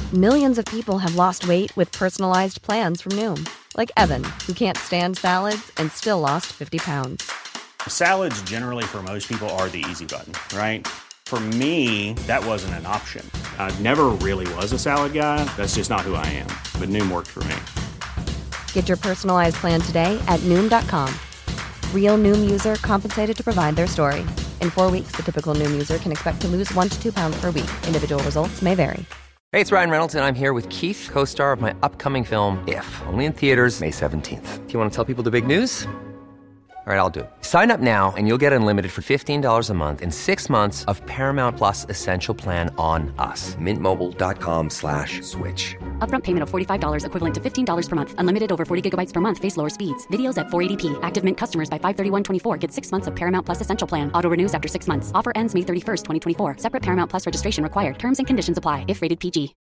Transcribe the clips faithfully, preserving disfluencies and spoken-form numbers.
Millions of people have lost weight with personalized plans from Noom. Like Evan, who can't stand salads and still lost fifty pounds. Salads generally for most people are the easy button, right? For me, that wasn't an option. I never really was a salad guy. That's just not who I am. But Noom worked for me. Get your personalized plan today at Noom dot com. Real Noom user compensated to provide their story. In four weeks, the typical Noom user can expect to lose one to two pounds per week. Individual results may vary. Hey, it's Ryan Reynolds, and I'm here with Keith, co-star of my upcoming film, If, only in theaters May seventeenth. Do you want to tell people the big news? All right, I'll do it. Sign up now and you'll get unlimited for fifteen dollars a month and six months of Paramount Plus Essential Plan on us. Mint Mobile dot com slash switch. Upfront payment of forty-five dollars equivalent to fifteen dollars per month. Unlimited over forty gigabytes per month. Face lower speeds. Videos at four eighty p. Active Mint customers by five thirty-one twenty-four get six months of Paramount Plus Essential Plan. Auto renews after six months. Offer ends May thirty-first, twenty twenty-four. Separate Paramount Plus registration required. Terms and conditions apply if rated P G.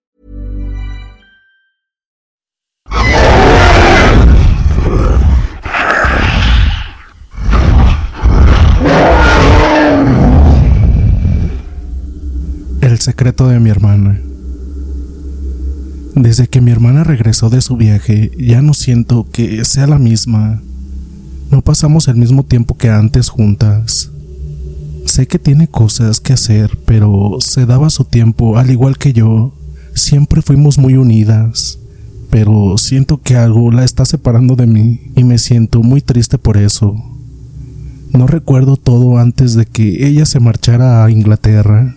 El secreto de mi hermana. Desde que mi hermana regresó de su viaje, ya no siento que sea la misma. No pasamos el mismo tiempo que antes juntas. Sé que tiene cosas que hacer, pero se daba su tiempo al igual que yo. Siempre fuimos muy unidas, pero siento que algo la está separando de mí y me siento muy triste por eso. No recuerdo todo antes de que ella se marchara a Inglaterra.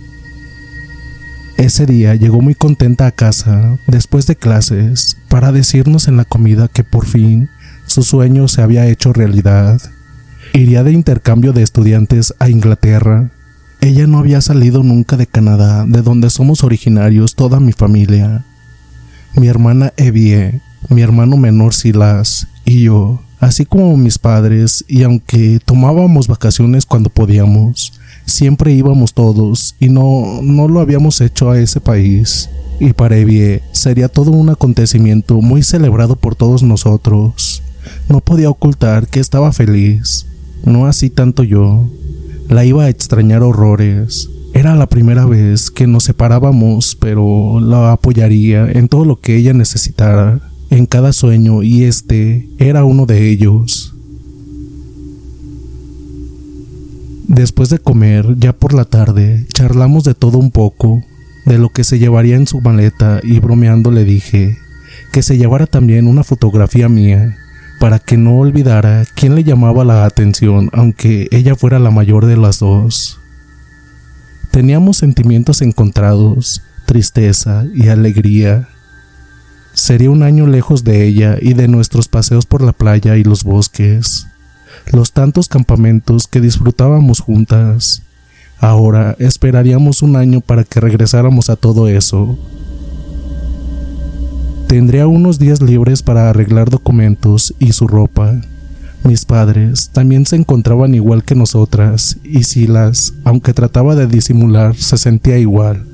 Ese día llegó muy contenta a casa, después de clases, para decirnos en la comida que por fin su sueño se había hecho realidad. Iría de intercambio de estudiantes a Inglaterra. Ella no había salido nunca de Canadá, de donde somos originarios toda mi familia. Mi hermana Evie, mi hermano menor Silas y yo, así como mis padres, y aunque tomábamos vacaciones cuando podíamos, siempre íbamos todos y no, no lo habíamos hecho a ese país. Y para Evie sería todo un acontecimiento muy celebrado por todos nosotros. No podía ocultar que estaba feliz, no así tanto yo. La iba a extrañar horrores. Era la primera vez que nos separábamos, pero la apoyaría en todo lo que ella necesitara, en cada sueño, y este era uno de ellos. Después de comer, ya por la tarde, charlamos de todo un poco, de lo que se llevaría en su maleta, y bromeando le dije que se llevara también una fotografía mía, para que no olvidara quién le llamaba la atención, aunque ella fuera la mayor de las dos. Teníamos sentimientos encontrados, tristeza y alegría. Sería un año lejos de ella y de nuestros paseos por la playa y los bosques, los tantos campamentos que disfrutábamos juntas. Ahora esperaríamos un año para que regresáramos a todo eso. Tendría unos días libres para arreglar documentos y su ropa. Mis padres también se encontraban igual que nosotras, y Silas, aunque trataba de disimular, se sentía igual.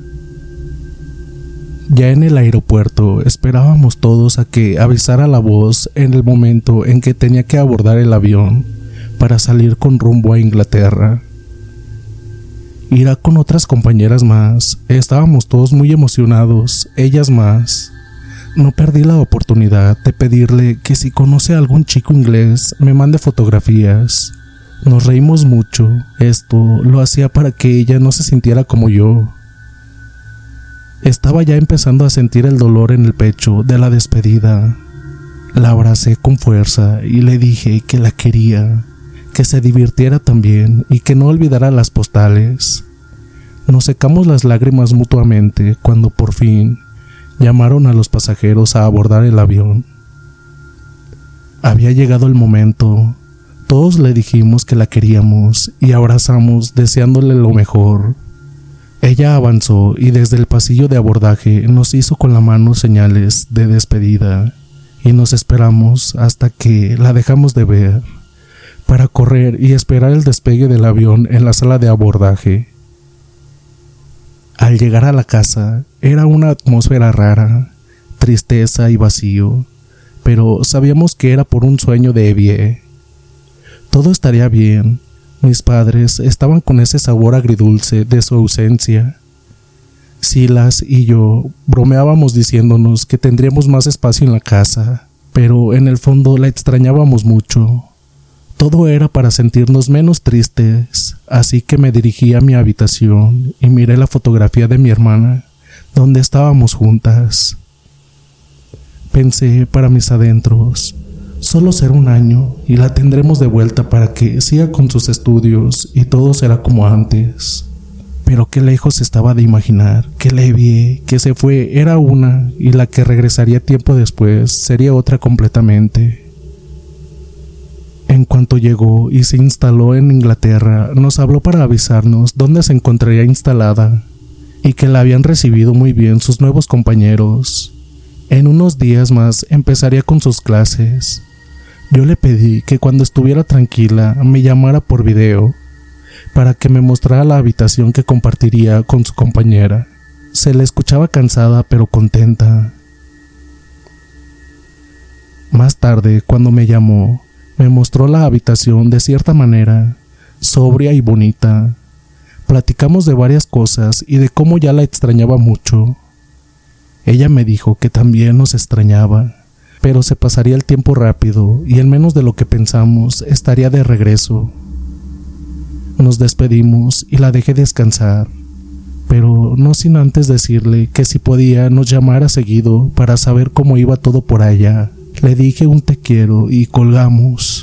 Ya en el aeropuerto esperábamos todos a que avisara la voz en el momento en que tenía que abordar el avión para salir con rumbo a Inglaterra. Irá con otras compañeras más. Estábamos todos muy emocionados, ellas más. No perdí la oportunidad de pedirle que si conoce a algún chico inglés me mande fotografías. Nos reímos mucho. Esto lo hacía para que ella no se sintiera como yo. Estaba ya empezando a sentir el dolor en el pecho de la despedida. La abracé con fuerza y le dije que la quería, que se divirtiera también y que no olvidara las postales. Nos secamos las lágrimas mutuamente cuando por fin llamaron a los pasajeros a abordar el avión. Había llegado el momento. Todos le dijimos que la queríamos y abrazamos deseándole lo mejor. Ella avanzó y desde el pasillo de abordaje nos hizo con la mano señales de despedida y nos esperamos hasta que la dejamos de ver para correr y esperar el despegue del avión en la sala de abordaje. Al llegar a la casa, era una atmósfera rara, tristeza y vacío, pero sabíamos que era por un sueño de Evie. Todo estaría bien. Mis padres estaban con ese sabor agridulce de su ausencia. Silas y yo bromeábamos diciéndonos que tendríamos más espacio en la casa, pero en el fondo la extrañábamos mucho. Todo era para sentirnos menos tristes, así que me dirigí a mi habitación y miré la fotografía de mi hermana, donde estábamos juntas. Pensé para mis adentros, solo será un año y la tendremos de vuelta para que siga con sus estudios y todo será como antes. Pero qué lejos estaba de imaginar que Levi, que se fue, era una y la que regresaría tiempo después sería otra completamente. En cuanto llegó y se instaló en Inglaterra, nos habló para avisarnos dónde se encontraría instalada y que la habían recibido muy bien sus nuevos compañeros. En unos días más empezaría con sus clases. Yo le pedí que cuando estuviera tranquila me llamara por video para que me mostrara la habitación que compartiría con su compañera. Se le escuchaba cansada pero contenta. Más tarde, cuando me llamó, me mostró la habitación de cierta manera, sobria y bonita. Platicamos de varias cosas y de cómo ya la extrañaba mucho. Ella me dijo que también nos extrañaba, pero se pasaría el tiempo rápido y en menos de lo que pensamos estaría de regreso. Nos despedimos y la dejé descansar, pero no sin antes decirle que si podía nos llamara seguido para saber cómo iba todo por allá. Le dije un te quiero y colgamos.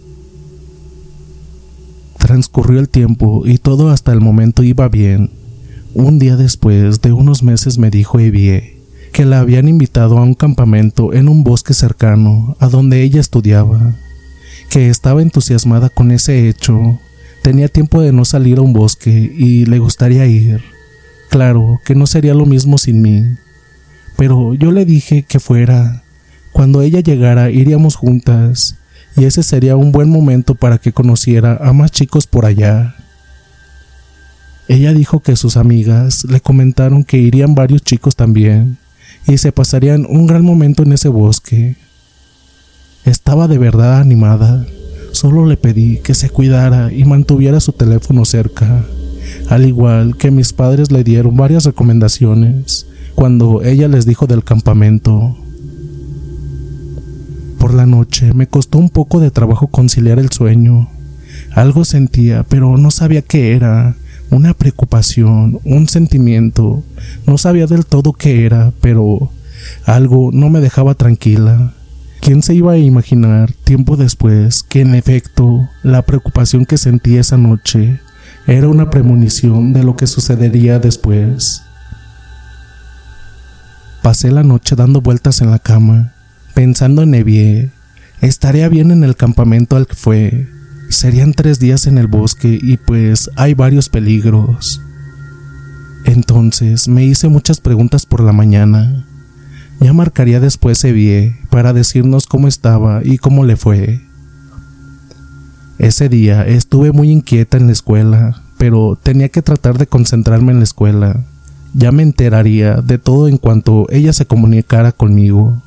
Transcurrió el tiempo y todo hasta el momento iba bien. Un día después de unos meses me dijo Evie que la habían invitado a un campamento en un bosque cercano a donde ella estudiaba, que estaba entusiasmada con ese hecho. Tenía tiempo de no salir a un bosque y le gustaría ir. Claro que no sería lo mismo sin mí, pero yo le dije que fuera. Cuando ella llegara iríamos juntas y ese sería un buen momento para que conociera a más chicos por allá. Ella dijo que sus amigas le comentaron que irían varios chicos también y se pasarían un gran momento en ese bosque. Estaba de verdad animada. Solo le pedí que se cuidara y mantuviera su teléfono cerca, al igual que mis padres le dieron varias recomendaciones cuando ella les dijo del campamento. Por la noche me costó un poco de trabajo conciliar el sueño. Algo sentía, pero no sabía qué era. Una preocupación, un sentimiento. No sabía del todo qué era, pero algo no me dejaba tranquila. ¿Quién se iba a imaginar tiempo después que en efecto la preocupación que sentí esa noche era una premonición de lo que sucedería después? Pasé la noche dando vueltas en la cama, pensando en Evie. Estaría bien en el campamento al que fue. Serían tres días en el bosque y pues hay varios peligros. Entonces me hice muchas preguntas por la mañana. Ya marcaría después Evie para decirnos cómo estaba y cómo le fue. Ese día estuve muy inquieta en la escuela, pero tenía que tratar de concentrarme en la escuela. Ya me enteraría de todo en cuanto ella se comunicara conmigo.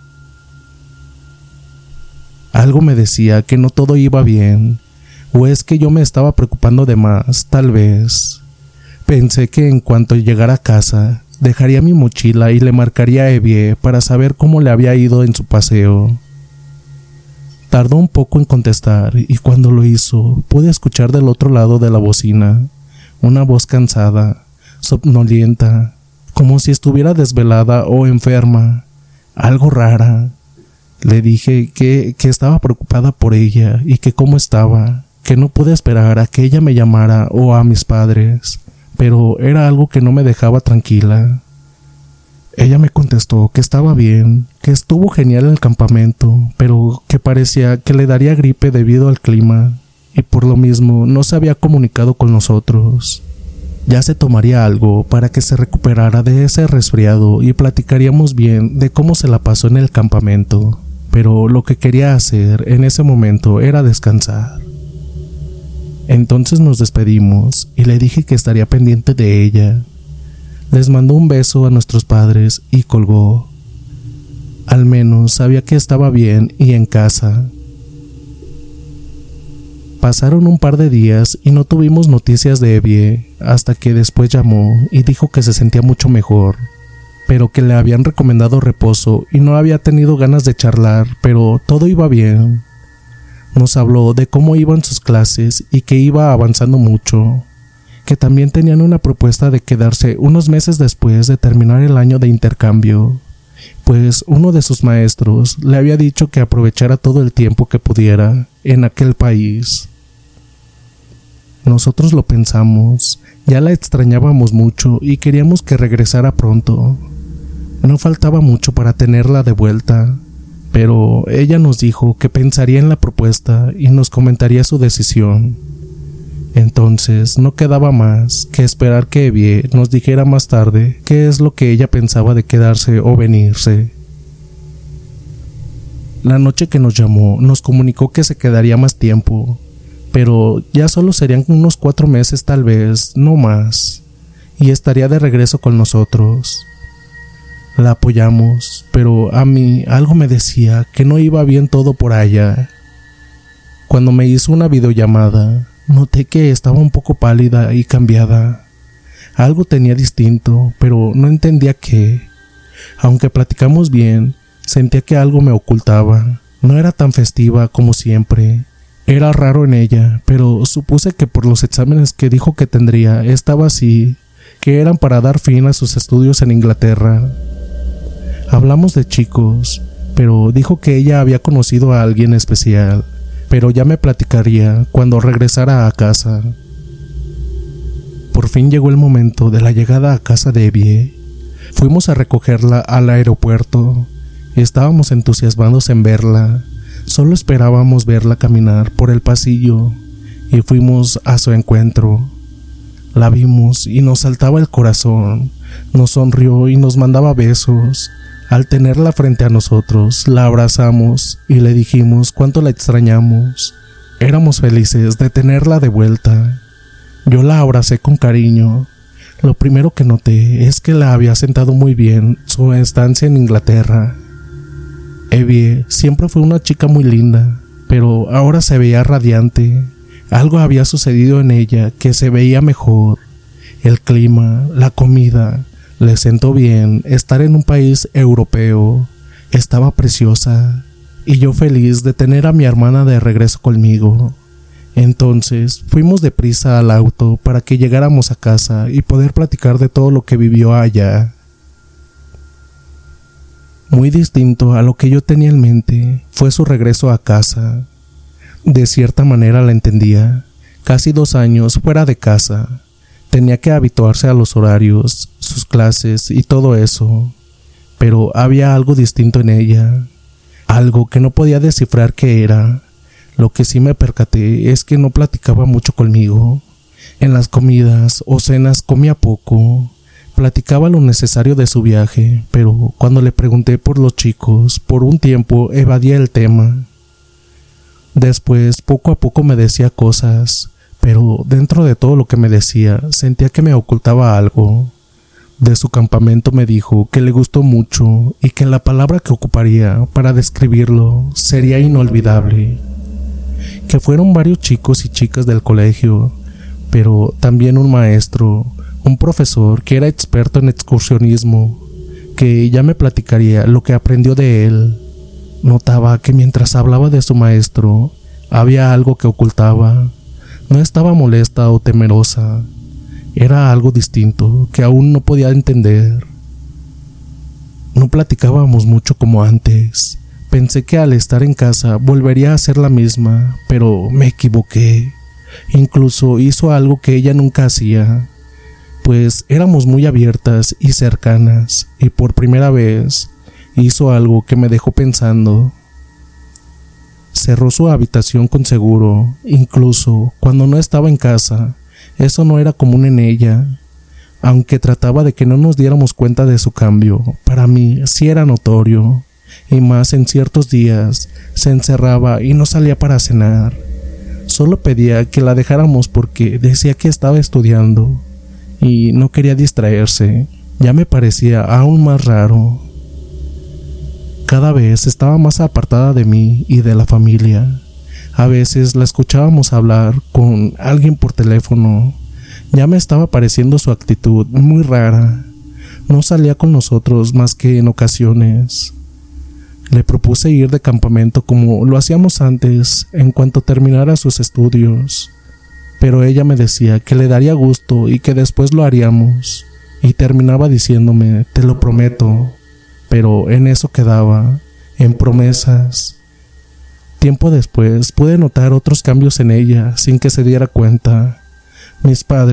Algo me decía que no todo iba bien, o es que yo me estaba preocupando de más, tal vez. Pensé que en cuanto llegara a casa, dejaría mi mochila y le marcaría a Evie para saber cómo le había ido en su paseo. Tardó un poco en contestar y cuando lo hizo, pude escuchar del otro lado de la bocina una voz cansada, somnolienta, como si estuviera desvelada o enferma, algo rara. Le dije que, que estaba preocupada por ella y que cómo estaba, que no pude esperar a que ella me llamara o a mis padres, pero era algo que no me dejaba tranquila. Ella me contestó que estaba bien, que estuvo genial el campamento, pero que parecía que le daría gripe debido al clima, y por lo mismo no se había comunicado con nosotros. Ya se tomaría algo para que se recuperara de ese resfriado y platicaríamos bien de cómo se la pasó en el campamento, pero lo que quería hacer en ese momento era descansar. Entonces nos despedimos y le dije que estaría pendiente de ella. Les mandó un beso a nuestros padres y colgó. Al menos sabía que estaba bien y en casa. Pasaron un par de días y no tuvimos noticias de Evie, hasta que después llamó y dijo que se sentía mucho mejor, pero que le habían recomendado reposo y no había tenido ganas de charlar, pero todo iba bien. Nos habló de cómo iban sus clases y que iba avanzando mucho, que también tenían una propuesta de quedarse unos meses después de terminar el año de intercambio, pues uno de sus maestros le había dicho que aprovechara todo el tiempo que pudiera en aquel país. Nosotros lo pensamos, ya la extrañábamos mucho y queríamos que regresara pronto. No faltaba mucho para tenerla de vuelta, pero ella nos dijo que pensaría en la propuesta y nos comentaría su decisión. Entonces no quedaba más que esperar que Evie nos dijera más tarde qué es lo que ella pensaba de quedarse o venirse. La noche que nos llamó nos comunicó que se quedaría más tiempo, pero ya solo serían unos cuatro meses tal vez, no más, y estaría de regreso con nosotros. La apoyamos, pero a mí algo me decía que no iba bien todo por allá. Cuando me hizo una videollamada, noté que estaba un poco pálida y cambiada. Algo tenía distinto, pero no entendía qué. Aunque platicamos bien, sentía que algo me ocultaba. No era tan festiva como siempre. Era raro en ella, pero supuse que por los exámenes que dijo que tendría estaba así, que eran para dar fin a sus estudios en Inglaterra. Hablamos de chicos, pero dijo que ella había conocido a alguien especial, pero ya me platicaría cuando regresara a casa. Por fin llegó el momento de la llegada a casa de Evie. Fuimos a recogerla al aeropuerto. Estábamos entusiasmados en verla. Solo esperábamos verla caminar por el pasillo y fuimos a su encuentro. La vimos y nos saltaba el corazón. Nos sonrió y nos mandaba besos. Al tenerla frente a nosotros, la abrazamos y le dijimos cuánto la extrañamos. Éramos felices de tenerla de vuelta. Yo la abracé con cariño. Lo primero que noté es que la había sentado muy bien su estancia en Inglaterra. Evie siempre fue una chica muy linda, pero ahora se veía radiante. Algo había sucedido en ella que se veía mejor. El clima, la comida, le sentó bien estar en un país europeo. Estaba preciosa, y yo feliz de tener a mi hermana de regreso conmigo. Entonces fuimos deprisa al auto para que llegáramos a casa y poder platicar de todo lo que vivió allá. Muy distinto a lo que yo tenía en mente fue su regreso a casa. De cierta manera la entendía. Casi dos años fuera de casa. Tenía que habituarse a los horarios, sus clases y todo eso. Pero había algo distinto en ella. Algo que no podía descifrar qué era. Lo que sí me percaté es que no platicaba mucho conmigo. En las comidas o cenas comía poco. Platicaba lo necesario de su viaje, pero cuando le pregunté por los chicos, por un tiempo evadía el tema. Después, poco a poco me decía cosas, pero dentro de todo lo que me decía, sentía que me ocultaba algo. De su campamento me dijo que le gustó mucho y que la palabra que ocuparía para describirlo sería inolvidable. Que fueron varios chicos y chicas del colegio, pero también un maestro, un profesor que era experto en excursionismo, que ya me platicaría lo que aprendió de él. Notaba que mientras hablaba de su maestro, había algo que ocultaba. No estaba molesta o temerosa. Era algo distinto que aún no podía entender. No platicábamos mucho como antes. Pensé que al estar en casa volvería a ser la misma, pero me equivoqué. Incluso hizo algo que ella nunca hacía, pues éramos muy abiertas y cercanas, y por primera vez hizo algo que me dejó pensando. Cerró su habitación con seguro, incluso cuando no estaba en casa. Eso no era común en ella. Aunque trataba de que no nos diéramos cuenta de su cambio, para mí sí era notorio, y más en ciertos días se encerraba y no salía para cenar. Solo pedía que la dejáramos porque decía que estaba estudiando y no quería distraerse. Ya me parecía aún más raro. Cada vez estaba más apartada de mí y de la familia. A veces la escuchábamos hablar con alguien por teléfono. Ya me estaba pareciendo su actitud muy rara. No salía con nosotros más que en ocasiones. Le propuse ir de campamento como lo hacíamos antes en cuanto terminara sus estudios, pero ella me decía que le daría gusto y que después lo haríamos, y terminaba diciéndome, te lo prometo, pero en eso quedaba, en promesas. Tiempo después pude notar otros cambios en ella sin que se diera cuenta. Mis padres.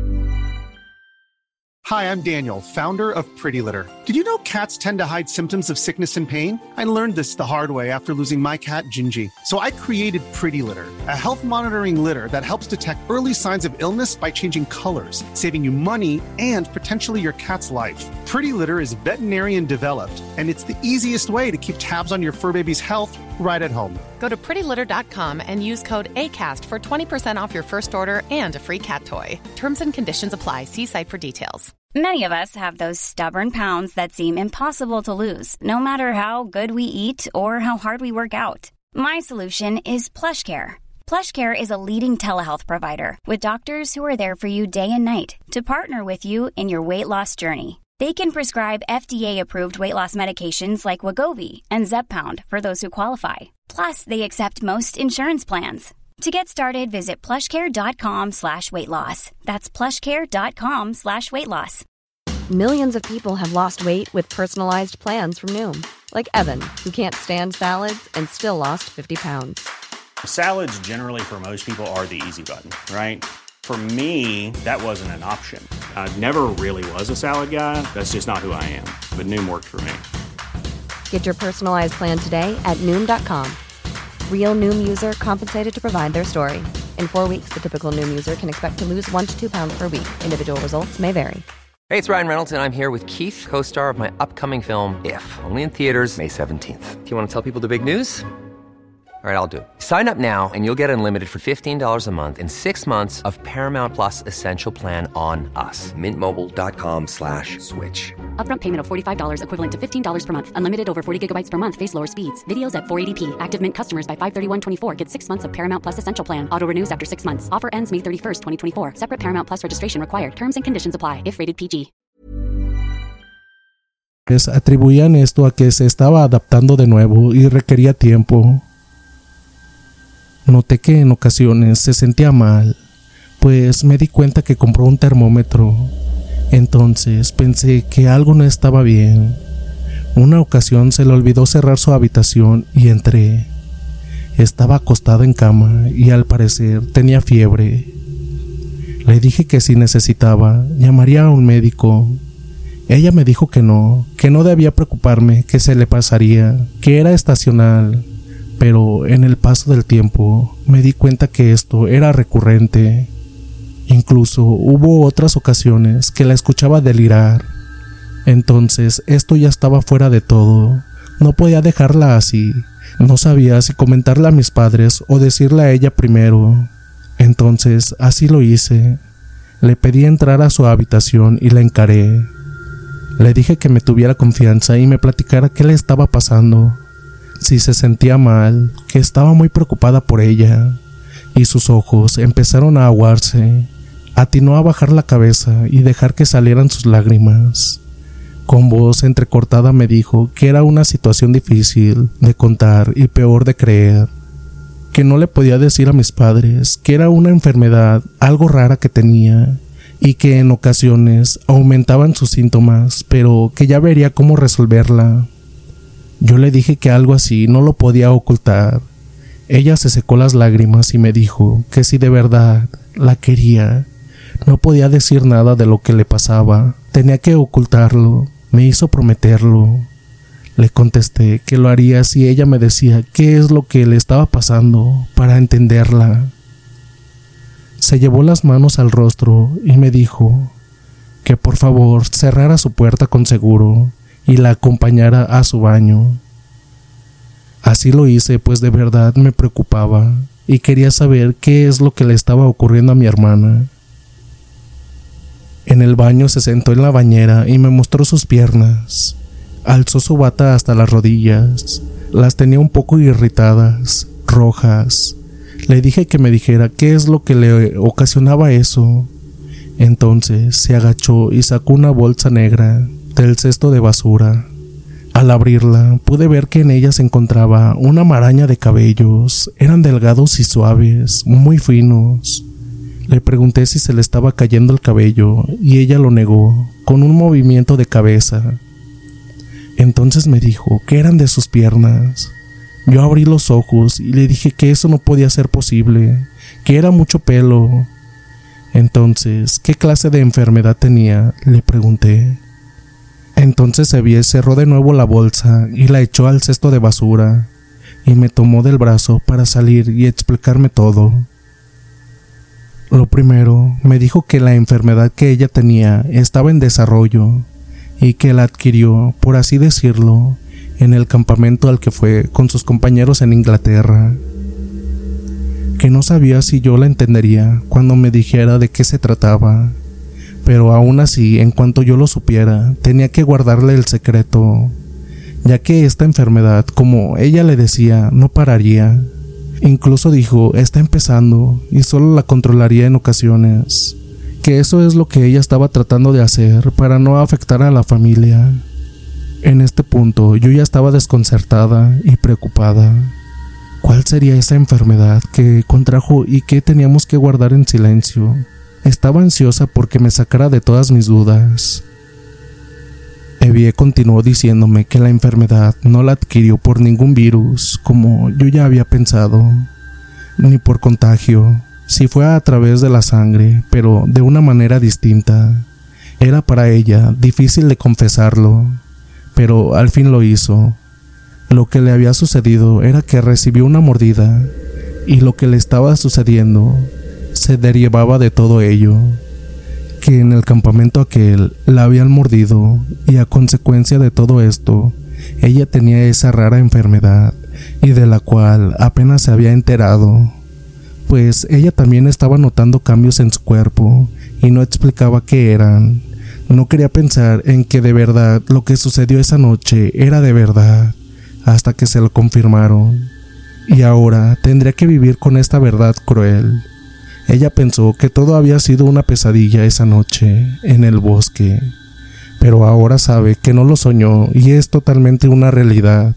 Hi, I'm Daniel, founder of Pretty Litter. Did you know cats tend to hide symptoms of sickness and pain? I learned this the hard way after losing my cat, Gingy. So I created Pretty Litter, a health monitoring litter that helps detect early signs of illness by changing colors, saving you money and potentially your cat's life. Pretty Litter is veterinarian developed, and it's the easiest way to keep tabs on your fur baby's health right at home. Go to pretty litter dot com and use code ACAST for twenty percent off your first order and a free cat toy. Terms and conditions apply. See site for details. Many of us have those stubborn pounds that seem impossible to lose, no matter how good we eat or how hard we work out. My solution is PlushCare. PlushCare is a leading telehealth provider with doctors who are there for you day and night to partner with you in your weight loss journey. They can prescribe F D A-approved weight loss medications like Wegovy and Zepbound for those who qualify. Plus, they accept most insurance plans. To get started, visit plushcare.com slash weight loss. That's plushcare.com slash weight loss. Millions of people have lost weight with personalized plans from Noom. Like Evan, who can't stand salads and still lost fifty pounds. Salads generally for most people are the easy button, right? For me, that wasn't an option. I never really was a salad guy. That's just not who I am. But Noom worked for me. Get your personalized plan today at Noom dot com. Real Noom user compensated to provide their story. In four weeks, the typical Noom user can expect to lose one to two pounds per week. Individual results may vary. Hey, it's Ryan Reynolds, and I'm here with Keith, co-star of my upcoming film, If, only in theaters May seventeenth. Do you want to tell people the big news? All right, I'll do it. Sign up now and you'll get unlimited for fifteen dollars a month and six months of Paramount Plus Essential Plan on us. Mint Mobile dot com slash switch. Upfront payment of forty-five dollars equivalent to fifteen dollars per month. Unlimited over forty gigabytes per month. Face lower speeds. Videos at four eighty p. Active Mint customers by five thirty-one twenty-four get six months of Paramount Plus Essential Plan. Auto renews after six months. Offer ends May thirty-first, twenty twenty-four. Separate Paramount Plus registration required. Terms and conditions apply if rated P G. Atribuían esto a que se estaba adaptando de nuevo y requería tiempo. Noté que en ocasiones se sentía mal, pues me di cuenta que compró un termómetro. Entonces pensé que algo no estaba bien. Una ocasión se le olvidó cerrar su habitación y entré. Estaba acostada en cama y al parecer tenía fiebre. Le dije que si necesitaba, llamaría a un médico. Ella me dijo que no, que no debía preocuparme, que se le pasaría, que era estacional. Pero en el paso del tiempo me di cuenta que esto era recurrente. Incluso hubo otras ocasiones que la escuchaba delirar. Entonces esto ya estaba fuera de todo. No podía dejarla así. No sabía si comentarle a mis padres o decirle a ella primero. Entonces así lo hice. Le pedí entrar a su habitación y la encaré. Le dije que me tuviera confianza y me platicara qué le estaba pasando. Si se sentía mal, que estaba muy preocupada por ella, y sus ojos empezaron a aguarse. Atinó a bajar la cabeza y dejar que salieran sus lágrimas. Con voz entrecortada me dijo que era una situación difícil de contar y peor de creer, que no le podía decir a mis padres que era una enfermedad algo rara que tenía y que en ocasiones aumentaban sus síntomas, pero que ya vería cómo resolverla. Yo le dije que algo así no lo podía ocultar. Ella se secó las lágrimas y me dijo que si de verdad la quería, no podía decir nada de lo que le pasaba. Tenía que ocultarlo. Me hizo prometerlo. Le contesté que lo haría si ella me decía qué es lo que le estaba pasando para entenderla. Se llevó las manos al rostro y me dijo que por favor cerrara su puerta con seguro y la acompañara a su baño. Así lo hice, pues de verdad me preocupaba y quería saber qué es lo que le estaba ocurriendo a mi hermana. En el baño se sentó en la bañera y me mostró sus piernas. Alzó su bata hasta las rodillas. Las tenía un poco irritadas, rojas, Le dije que me dijera qué es lo que le ocasionaba eso. Entonces se agachó y sacó una bolsa negra del cesto de basura. Al abrirla, pude ver que en ella se encontraba una maraña de cabellos. Eran delgados y suaves, muy finos. Le pregunté si se le estaba cayendo el cabello y ella lo negó con un movimiento de cabeza. Entonces me dijo que eran de sus piernas. Yo abrí los ojos y le dije que eso no podía ser posible, que era mucho pelo. Entonces, ¿qué clase de enfermedad tenía?, le pregunté. Entonces Evie cerró de nuevo la bolsa y la echó al cesto de basura, y me tomó del brazo para salir y explicarme todo. Lo primero, me dijo que la enfermedad que ella tenía estaba en desarrollo, y que la adquirió, por así decirlo, en el campamento al que fue con sus compañeros en Inglaterra. Que no sabía si yo la entendería cuando me dijera de qué se trataba, pero aún así, en cuanto yo lo supiera, tenía que guardarle el secreto, ya que esta enfermedad, como ella le decía, no pararía. Incluso dijo, está empezando y solo la controlaría en ocasiones, que eso es lo que ella estaba tratando de hacer para no afectar a la familia. En este punto yo ya estaba desconcertada y preocupada. ¿Cuál sería esa enfermedad que contrajo y que teníamos que guardar en silencio? Estaba ansiosa porque me sacara de todas mis dudas. Evie continuó diciéndome que la enfermedad no la adquirió por ningún virus, como yo ya había pensado, ni por contagio. Sí fue a través de la sangre, pero de una manera distinta. Era para ella difícil de confesarlo, pero al fin lo hizo. Lo que le había sucedido era que recibió una mordida, y lo que le estaba sucediendo se derivaba de todo ello, que en el campamento aquel la habían mordido, y a consecuencia de todo esto, ella tenía esa rara enfermedad, y de la cual apenas se había enterado, pues ella también estaba notando cambios en su cuerpo, y no explicaba qué eran. No quería pensar en que de verdad lo que sucedió esa noche era de verdad, hasta que se lo confirmaron, y ahora tendría que vivir con esta verdad cruel. Ella pensó que todo había sido una pesadilla esa noche en el bosque, pero ahora sabe que no lo soñó y es totalmente una realidad.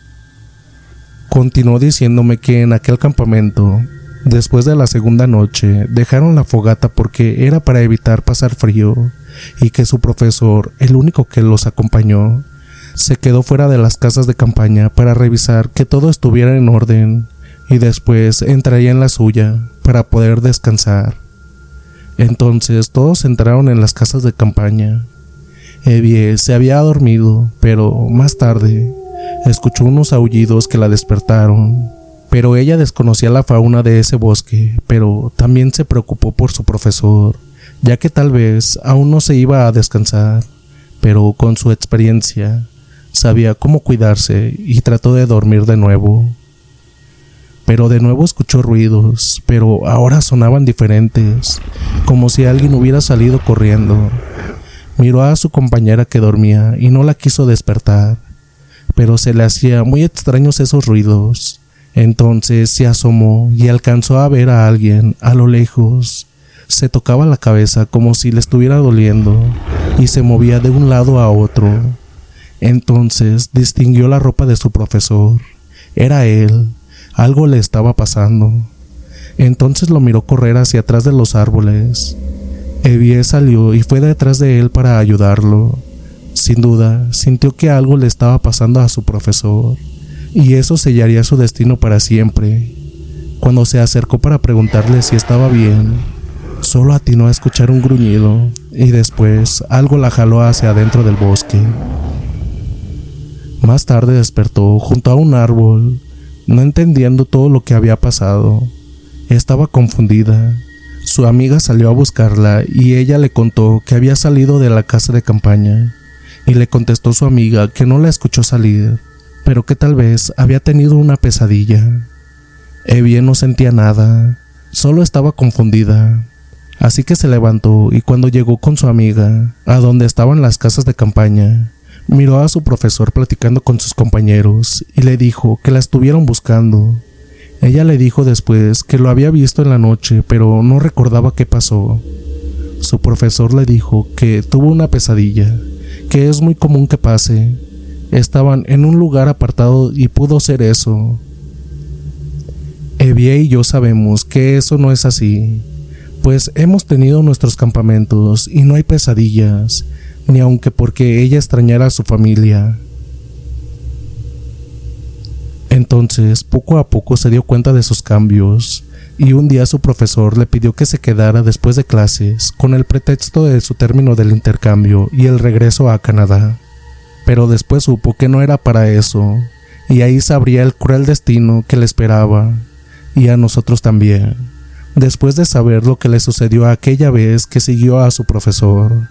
Continuó diciéndome que en aquel campamento, después de la segunda noche, dejaron la fogata porque era para evitar pasar frío, y que su profesor, el único que los acompañó, se quedó fuera de las casas de campaña para revisar que todo estuviera en orden, y después entraría en la suya para poder descansar. Entonces todos entraron en las casas de campaña. Evie se había dormido, pero más tarde escuchó unos aullidos que la despertaron. Pero ella desconocía la fauna de ese bosque, pero también se preocupó por su profesor, ya que tal vez aún no se iba a descansar, pero con su experiencia sabía cómo cuidarse y trató de dormir de nuevo. Pero de nuevo escuchó ruidos, pero ahora sonaban diferentes, como si alguien hubiera salido corriendo. Miró a su compañera que dormía y no la quiso despertar, pero se le hacía muy extraños esos ruidos. Entonces se asomó y alcanzó a ver a alguien a lo lejos. Se tocaba la cabeza como si le estuviera doliendo y se movía de un lado a otro. Entonces distinguió la ropa de su profesor. Era él. Algo le estaba pasando. Entonces lo miró correr hacia atrás de los árboles. Evie salió y fue detrás de él para ayudarlo. Sin duda, sintió que algo le estaba pasando a su profesor, y eso sellaría su destino para siempre. Cuando se acercó para preguntarle si estaba bien, solo atinó a escuchar un gruñido, y después algo la jaló hacia adentro del bosque. Más tarde despertó junto a un árbol, no entendiendo todo lo que había pasado. Estaba confundida. Su amiga salió a buscarla y ella le contó que había salido de la casa de campaña, y le contestó su amiga que no la escuchó salir, pero que tal vez había tenido una pesadilla. Evie no sentía nada, solo estaba confundida. Así que se levantó y cuando llegó con su amiga a donde estaban las casas de campaña, miró a su profesor platicando con sus compañeros y le dijo que la estuvieron buscando. Ella le dijo después que lo había visto en la noche, pero no recordaba qué pasó. Su profesor le dijo que tuvo una pesadilla, que es muy común que pase. Estaban en un lugar apartado y pudo ser eso. Evie y yo sabemos que eso no es así, pues hemos tenido nuestros campamentos y no hay pesadillas, ni aunque porque ella extrañara a su familia. Entonces, poco a poco se dio cuenta de sus cambios, y un día su profesor le pidió que se quedara después de clases con el pretexto de su término del intercambio y el regreso a Canadá. Pero después supo que no era para eso, y ahí sabría el cruel destino que le esperaba, y a nosotros también, después de saber lo que le sucedió aquella vez que siguió a su profesor.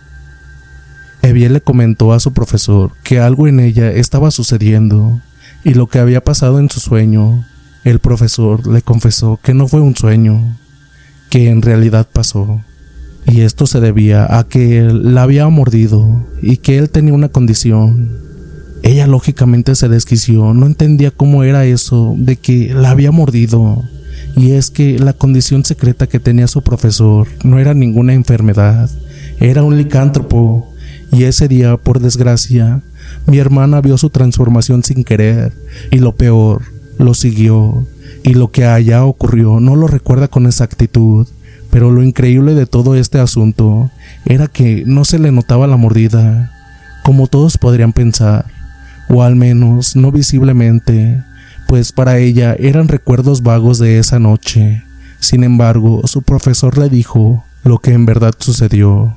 Evie le comentó a su profesor que algo en ella estaba sucediendo, y lo que había pasado en su sueño. El profesor le confesó que no fue un sueño, que en realidad pasó, y esto se debía a que él la había mordido y que él tenía una condición. Ella lógicamente se desquició, no entendía cómo era eso de que la había mordido, y es que la condición secreta que tenía su profesor no era ninguna enfermedad, era un licántropo. Y ese día, por desgracia, mi hermana vio su transformación sin querer, y lo peor, lo siguió, y lo que allá ocurrió no lo recuerda con exactitud, pero lo increíble de todo este asunto era que no se le notaba la mordida, como todos podrían pensar, o al menos no visiblemente, pues para ella eran recuerdos vagos de esa noche. Sin embargo, su profesor le dijo lo que en verdad sucedió.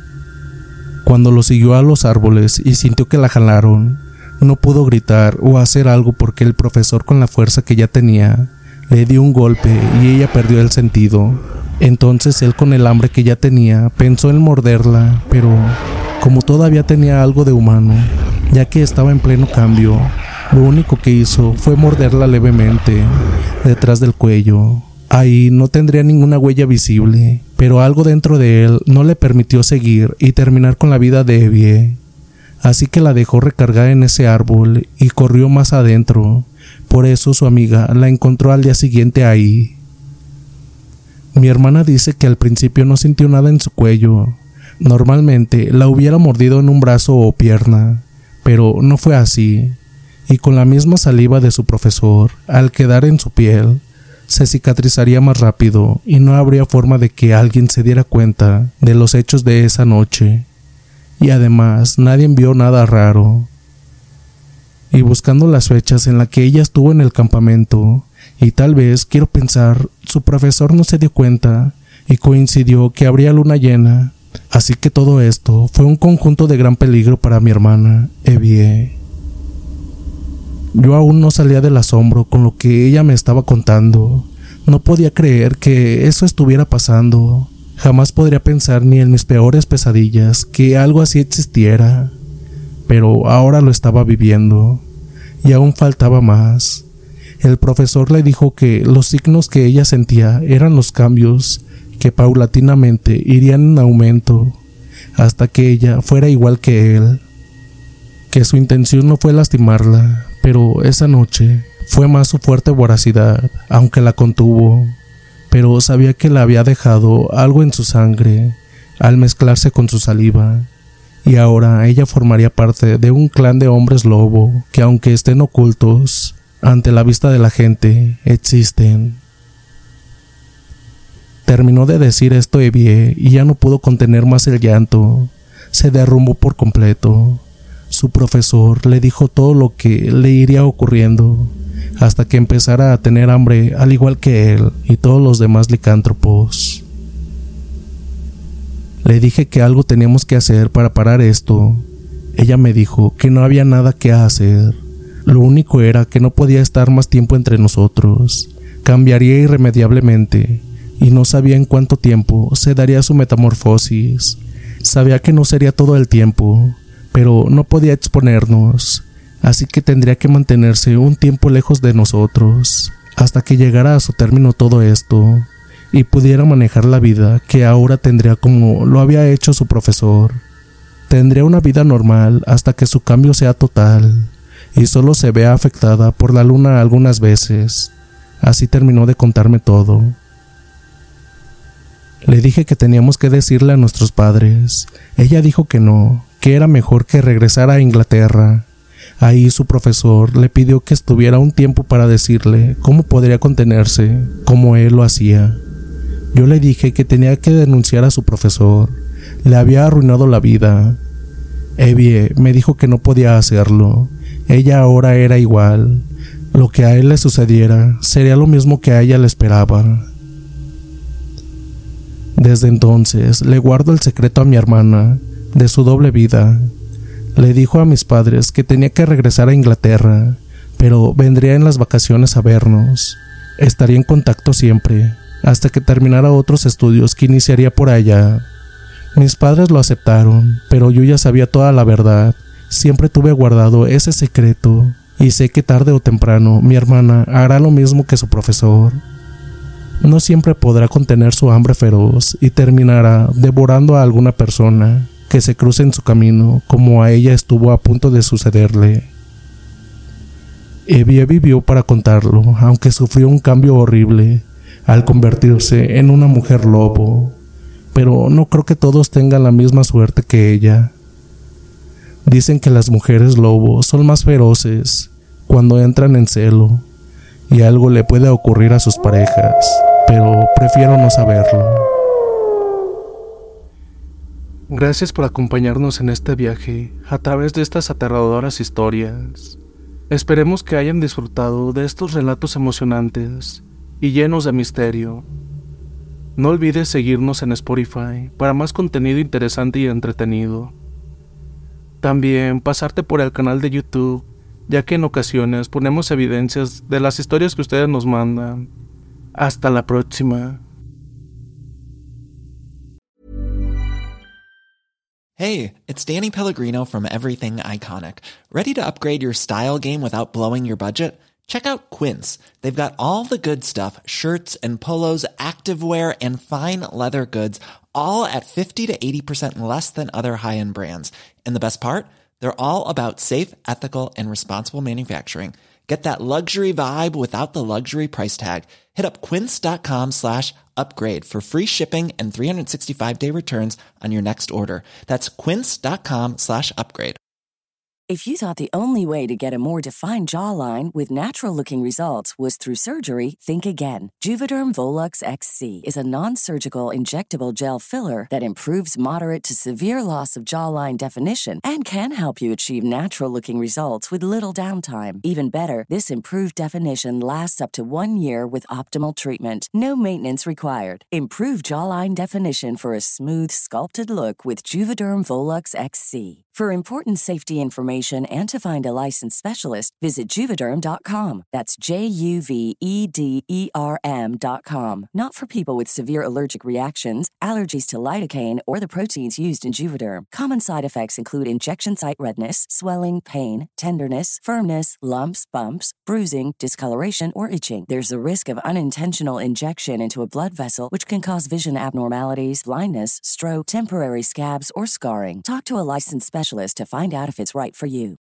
Cuando lo siguió a los árboles y sintió que la jalaron, no pudo gritar o hacer algo porque el profesor, con la fuerza que ya tenía, le dio un golpe y ella perdió el sentido. Entonces él, con el hambre que ya tenía, pensó en morderla, pero como todavía tenía algo de humano, ya que estaba en pleno cambio, lo único que hizo fue morderla levemente detrás del cuello. Ahí no tendría ninguna huella visible, pero algo dentro de él no le permitió seguir y terminar con la vida de Evie. Así que la dejó recargar en ese árbol y corrió más adentro. Por eso su amiga la encontró al día siguiente ahí. Mi hermana dice que al principio no sintió nada en su cuello. Normalmente la hubiera mordido en un brazo o pierna, pero no fue así. Y con la misma saliva de su profesor, al quedar en su piel, se cicatrizaría más rápido y no habría forma de que alguien se diera cuenta de los hechos de esa noche. Y además nadie vio nada raro. Y buscando las fechas en las que ella estuvo en el campamento, y tal vez, quiero pensar, su profesor no se dio cuenta y coincidió que habría luna llena. Así que todo esto fue un conjunto de gran peligro para mi hermana, Evie. Yo aún no salía del asombro con lo que ella me estaba contando. No podía creer que eso estuviera pasando. Jamás podría pensar ni en mis peores pesadillas que algo así existiera. Pero ahora lo estaba viviendo. Y aún faltaba más. El profesor le dijo que los signos que ella sentía eran los cambios que paulatinamente irían en aumento hasta que ella fuera igual que él. Que su intención no fue lastimarla, pero esa noche fue más su fuerte voracidad, aunque la contuvo. Pero sabía que le había dejado algo en su sangre al mezclarse con su saliva, y ahora ella formaría parte de un clan de hombres lobo que, aunque estén ocultos ante la vista de la gente, existen. Terminó de decir esto Evie y ya no pudo contener más el llanto. Se derrumbó por completo. Su profesor le dijo todo lo que le iría ocurriendo hasta que empezara a tener hambre, al igual que él y todos los demás licántropos. Le dije que algo teníamos que hacer para parar esto. Ella me dijo que no había nada que hacer. Lo único era que no podía estar más tiempo entre nosotros. Cambiaría irremediablemente y no sabía en cuánto tiempo se daría su metamorfosis. Sabía que no sería todo el tiempo, pero no podía exponernos, así que tendría que mantenerse un tiempo lejos de nosotros, hasta que llegara a su término todo esto, y pudiera manejar la vida que ahora tendría como lo había hecho su profesor. Tendría una vida normal hasta que su cambio sea total, y solo se vea afectada por la luna algunas veces, Así terminó de contarme todo. Le dije que teníamos que decirle a nuestros padres. Ella dijo que no, que era mejor que regresara a Inglaterra. Ahí su profesor le pidió que estuviera un tiempo para decirle cómo podría contenerse, como él lo hacía. Yo le dije que tenía que denunciar a su profesor. Le había arruinado la vida. Evie me dijo que no podía hacerlo. Ella ahora era igual. Lo que a él le sucediera sería lo mismo que a ella le esperaba. Desde entonces le guardo el secreto a mi hermana de su doble vida. Le dijo a mis padres que tenía que regresar a Inglaterra, pero vendría en las vacaciones a vernos. Estaría en contacto siempre, hasta que terminara otros estudios que iniciaría por allá. Mis padres lo aceptaron, pero yo ya sabía toda la verdad. Siempre tuve guardado ese secreto, y sé que tarde o temprano mi hermana hará lo mismo que su profesor. No siempre podrá contener su hambre feroz y terminará devorando a alguna persona que se cruce en su camino, como a ella estuvo a punto de sucederle. Evie vivió para contarlo, aunque sufrió un cambio horrible al convertirse en una mujer lobo, pero no creo que todos tengan la misma suerte que ella. Dicen que las mujeres lobo son más feroces cuando entran en celo, y algo le puede ocurrir a sus parejas, pero prefiero no saberlo. Gracias por acompañarnos en este viaje a través de estas aterradoras historias. Esperemos que hayan disfrutado de estos relatos emocionantes y llenos de misterio. No olvides seguirnos en Spotify para más contenido interesante y entretenido. También pasarte por el canal de YouTube, ya que en ocasiones ponemos evidencias de las historias que ustedes nos mandan. Hasta la próxima. Hey, it's Danny Pellegrino from Everything Iconic. Ready to upgrade your style game without blowing your budget? Check out Quince. They've got all the good stuff, shirts and polos, activewear, and fine leather goods, all at fifty to eighty percent less than other high-end brands. And the best part? They're all about safe, ethical, and responsible manufacturing. Get that luxury vibe without the luxury price tag. Hit up quince.com slash upgrade for free shipping and three sixty-five day returns on your next order. That's quince.com slash upgrade. If you thought the only way to get a more defined jawline with natural-looking results was through surgery, think again. Juvederm Volux X C is a non-surgical injectable gel filler that improves moderate to severe loss of jawline definition and can help you achieve natural-looking results with little downtime. Even better, this improved definition lasts up to one year with optimal treatment. No maintenance required. Improve jawline definition for a smooth, sculpted look with Juvederm Volux X C. For important safety information and to find a licensed specialist, visit Juvederm dot com. That's J U V E D E R M dot com. Not for people with severe allergic reactions, allergies to lidocaine, or the proteins used in Juvederm. Common side effects include injection site redness, swelling, pain, tenderness, firmness, lumps, bumps, bruising, discoloration, or itching. There's a risk of unintentional injection into a blood vessel, which can cause vision abnormalities, blindness, stroke, temporary scabs, or scarring. Talk to a licensed specialist to find out if it's right for you.